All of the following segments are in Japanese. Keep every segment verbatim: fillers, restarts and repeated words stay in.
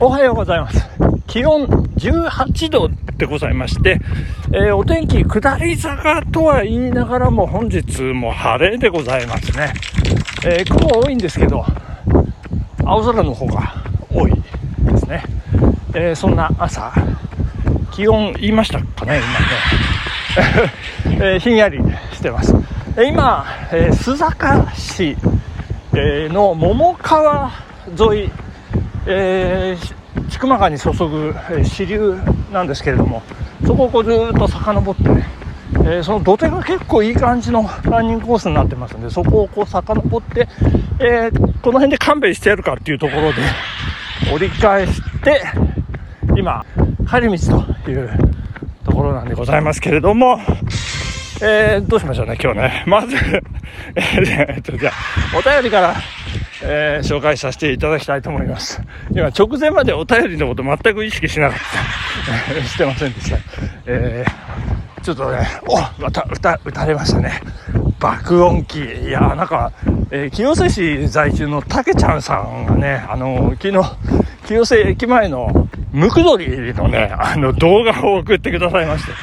おはようございます。気温じゅうはちどでございまして、えー、お天気下り坂とは言いながらも本日も晴れでございますね。えー、雲多いんですけど青空の方が多いですね。えー、そんな朝、気温言いましたかね今ね、えー、ひんやりしてます。今、えー、須坂市、えー、の桃川沿い、えー、千曲川に注ぐ、えー、支流なんですけれども、そこをこうずっと遡ってね、えー、その土手が結構いい感じのランニングコースになってますので、そこをこう遡って、えー、この辺で勘弁してやるかっていうところで折り返して今帰り道というところなんでございますけれども、えー、どうしましょうね今日ね。まずえー、とじゃあお便りから、えー、紹介させていただきたいと思います。今直前までお便りのこと全く意識しなかったしてませんでした。えー、ちょっとね、おまた歌打たれましたね、爆音機。いやーなんか、えー、清瀬市在住のたけちゃんさんがね、あのー、昨日清瀬駅前のムクドリのねあの動画を送ってくださいまして、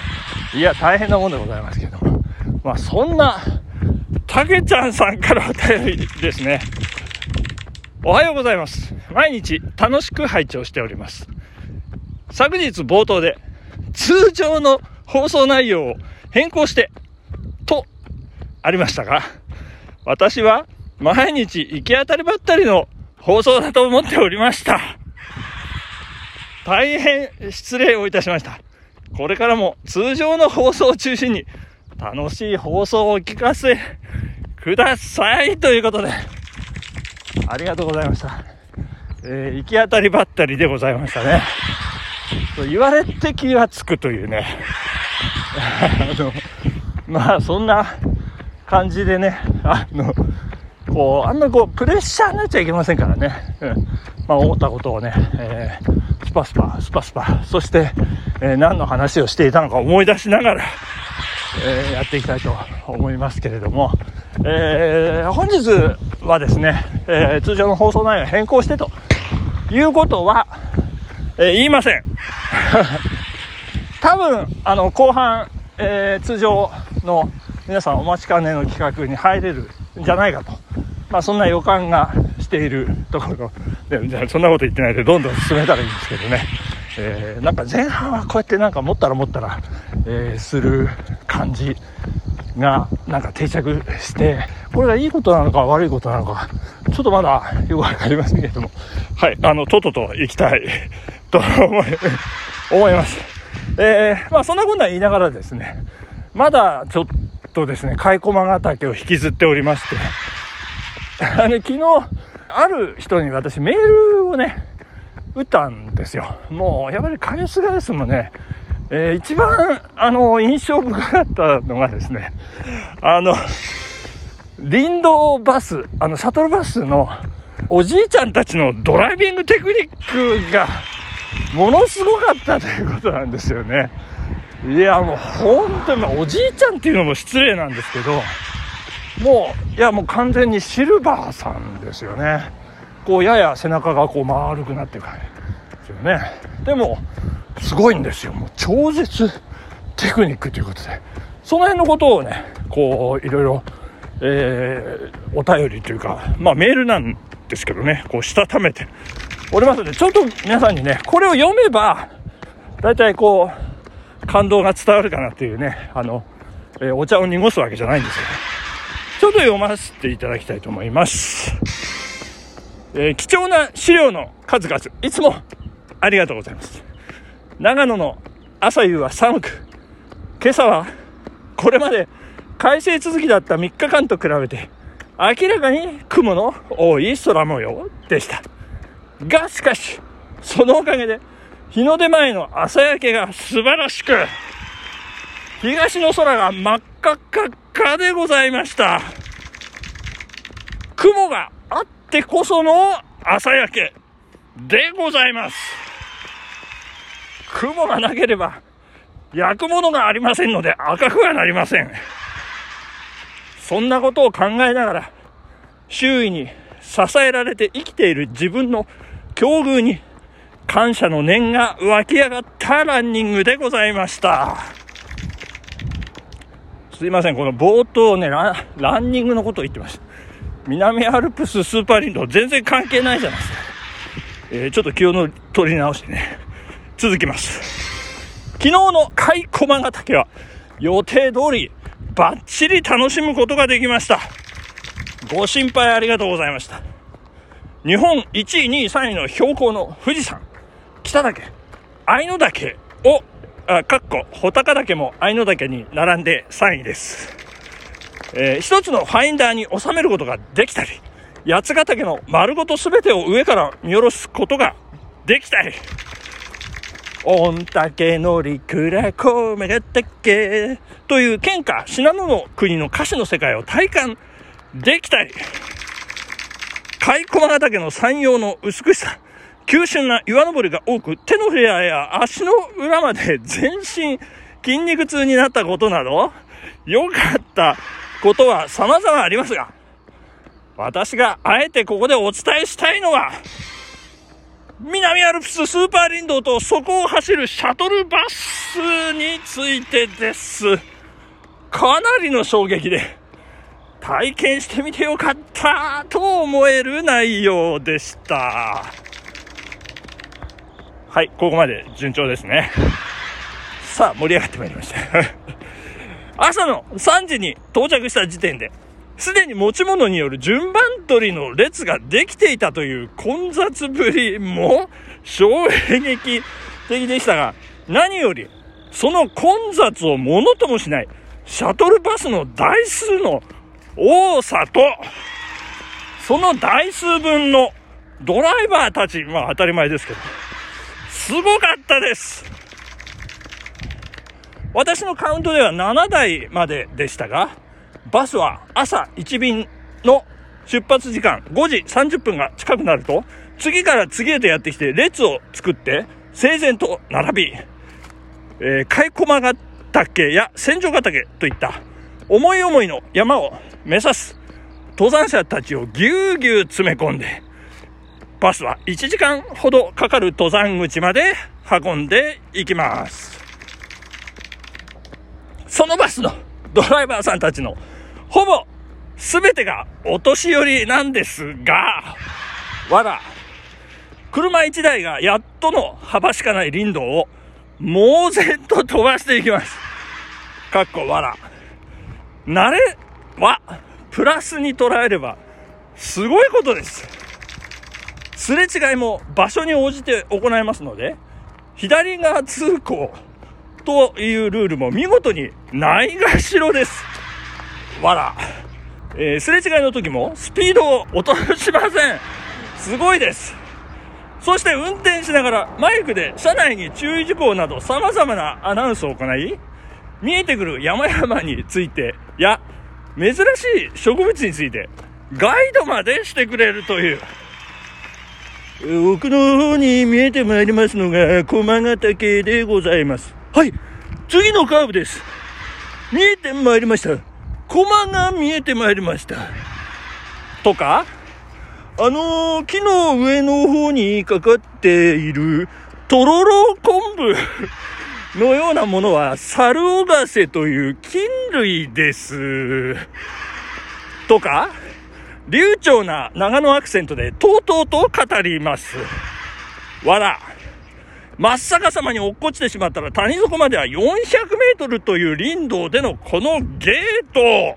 いや大変なもんでございますけども、まあそんなたけちゃんさんからお便りですね。おはようございます。毎日楽しく拝聴しております。昨日冒頭で通常の放送内容を変更してとありましたが、私は毎日行き当たりばったりの放送だと思っておりました。大変失礼をいたしました。これからも通常の放送を中心に楽しい放送をお聞かせくださいということで、ありがとうございました。えー、行き当たりばったりでございましたね。と言われて気がつくというねあのまあそんな感じでね、あのこうあんまりこうプレッシャーになっちゃいけませんからね、うん、まあ思ったことをね、えー、スパスパスパスパ、そして、えー、何の話をしていたのか思い出しながら、えー、やっていきたいと思いますけれども、えー、本日はですね、えー、通常の放送内容を変更してということは、えー、言いません多分あの後半、えー、通常の皆さんお待ちかねの企画に入れるんじゃないかと、まあそんな予感がしているところで、じゃあそんなこと言ってないでどんどん進めたらいいんですけどね、えー、なんか前半はこうやってなんか持ったら持ったら、えー、する感じがなんか定着して、これがいいことなのか悪いことなのかちょっとまだよくわかりませんけれども、はい、あのとっとと行きたいと思い思います。えー、まあそんなことは言いながらですね、まだちょっとですね甲斐駒ヶ岳を引きずっておりまして、あの昨日ある人に私メールをね打ったんですよ。もうやっぱりカリスガイスもね、えー、一番あの印象深かったのがですね、あの林道バス、あのシャトルバスのおじいちゃんたちのドライビングテクニックがものすごかったということなんですよね。いやもう本当におじいちゃんっていうのも失礼なんですけど、もういやもう完全にシルバーさんですよね。こうやや背中がこう丸くなってる感じですよね。でもすごいんですよ。もう超絶テクニックということで、その辺のことをねこういろいろ、えー、お便りというかまあメールなんですけどね、こうしたためておりますので、ちょっと皆さんにねこれを読めばだいたいこう感動が伝わるかなっていうね、あの、えー、お茶を濁すわけじゃないんですけど、ちょっと読ませていただきたいと思います。えー、貴重な資料の数々いつもありがとうございます。長野の朝夕は寒く、今朝はこれまで快晴続きだったみっかかんと比べて明らかに雲の多い空模様でしたが、しかしそのおかげで日の出前の朝焼けが素晴らしく、東の空が真っ赤っかっかでございました。雲があってこその朝焼けでございます。雲がなければ焼くものがありませんので赤くはなりません。そんなことを考えながら周囲に支えられて生きている自分の境遇に感謝の念が湧き上がったランニングでございました。すいません、この冒頭ね ラ, ランニングのことを言ってました。南アルプススーパー林道全然関係ないじゃないですか。えー、ちょっと気を取り直してね続きます。昨日の甲斐駒ヶ岳は予定通りバッチリ楽しむことができました。ご心配ありがとうございました。日本いちいにいさんいの標高の富士山、北岳、愛の岳をあかっこ穂高岳も愛の岳に並んでさんいです。えー、一つのファインダーに収めることができたり、八ヶ岳の丸ごと全てを上から見下ろすことができたり、御嶽のりくらこめが岳という県下信濃の国の歌詞の世界を体感できたり、甲斐駒ヶ岳の山陽の美しさ、急峻な岩登りが多く手のひらや足の裏まで全身筋肉痛になったことなど良かったことは様々ありますが、私があえてここでお伝えしたいのは南アルプススーパー林道とそこを走るシャトルバスについてです。かなりの衝撃で体験してみてよかったと思える内容でした。はい、ここまで順調ですね。さあ盛り上がってまいりました朝のさんじに到着した時点ですでに持ち物による順番取りの列ができていたという混雑ぶりも衝撃的でしたが、何よりその混雑をものともしないシャトルバスの台数の多さと、その台数分のドライバーたち、まあ当たり前ですけどすごかったです。私のカウントではななだいまででしたが、バスは朝いち便の出発時間ごじさんじゅっぷんが近くなると次から次へとやってきて列を作って整然と並び、えー、甲斐駒ヶ岳や千丈ヶ岳といった思い思いの山を目指す登山者たちをぎゅうぎゅう詰め込んで、バスはいちじかんほどかかる登山口まで運んでいきます。そのバスのドライバーさんたちのほぼ全てがお年寄りなんですが、わら車いちだいがやっとの幅しかない林道を猛然と飛ばしていきます。かっこわら慣れはプラスに捉えればすごいことです。すれ違いも場所に応じて行いますので、左側通行というルールも見事にないがしろです。わら、えー、すれ違いの時もスピードを落としません。すごいです。そして運転しながらマイクで車内に注意事項など様々なアナウンスを行い、見えてくる山々についてや珍しい植物についてガイドまでしてくれるという、奥の方に見えてまいりますのが駒ヶ岳でございます。はい、次のカーブです。見えてまいりました。駒が見えてまいりましたとか、あのー、木の上の方にかかっているとろろ昆布のようなものはサルオガセという菌類ですとか、流暢な長野アクセントでとうとうと語ります。わら、真っ逆さまに落っこちてしまったら谷底まではよんひゃくメートルという林道でのこのゲート、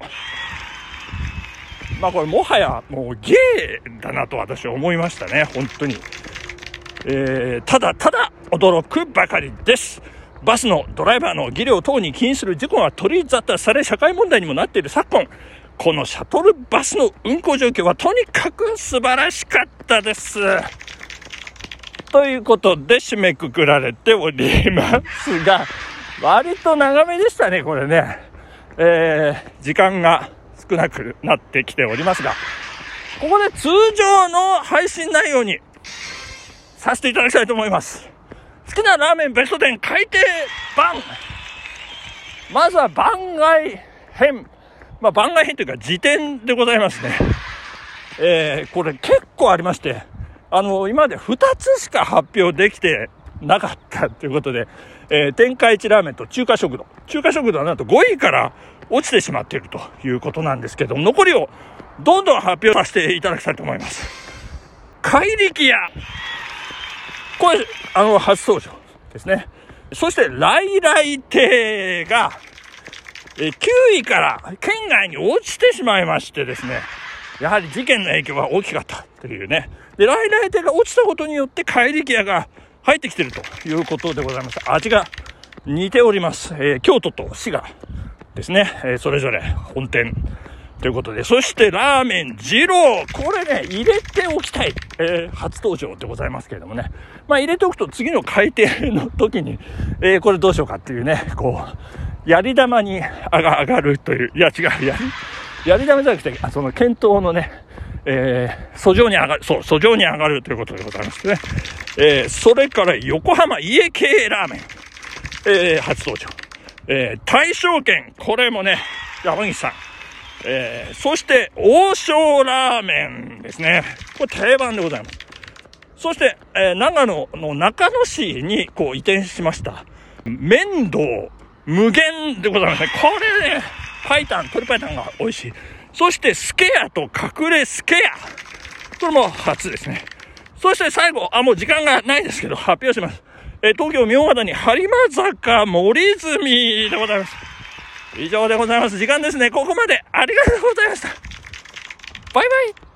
まあこれもはやもうゲーだなと私は思いましたね、本当に。えー、ただただ驚くばかりです。バスのドライバーの技量等に起因する事故が取り沙汰され社会問題にもなっている昨今、このシャトルバスの運行状況はとにかく素晴らしかったですということで締めくくられておりますが、割と長めでしたねこれね。えー、時間が少なくなってきておりますが、ここで通常の配信内容にさせていただきたいと思います。好きなラーメンベストテン改訂版、まずは番外編、まあ番外編というか辞典でございますね。えー、これ結構ありまして、 あの、今までふたつしか発表できてなかったということで、えー、天下一ラーメンと中華食堂。中華食堂はなんとごいから落ちてしまっているということなんですけど、残りをどんどん発表させていただきたいと思います。怪力屋。これ、あの、初登場ですね。そして、来来亭が、えきゅういから県外に落ちてしまいましてですね、やはり事件の影響が大きかったというね。で、来来亭が落ちたことによって怪力屋が入ってきているということでございました。味が似ております。えー、京都と滋賀ですね、えー、それぞれ本店ということで、そしてラーメン二郎、これね入れておきたい、えー、初登場でございますけれどもね、まあ入れておくと次の改定の時に、えー、これどうしようかっていうね、こうやり玉に上が上がるという、いや違う、やりやり玉じゃなくて、その検討のね、えー、訴状に上がる、そう訴状に上がるということでございますね。えー、それから横浜家系ラーメン、えー、初登場、えー、大正軒、これもね山岸さん、えー、そして王将ラーメンですね、これ定番でございます。そして、えー、長野の中野市にこう移転しました麺道無限でございますね。これね、パイタン、鶏パイタンが美味しい。そしてスケヤと隠れスケヤ、これも初ですね。そして最後、あ、もう時間がないですけど発表します。えー、東京明和田に播磨坂森住でございます。以上でございます。時間ですね。ここまでありがとうございました。バイバイ。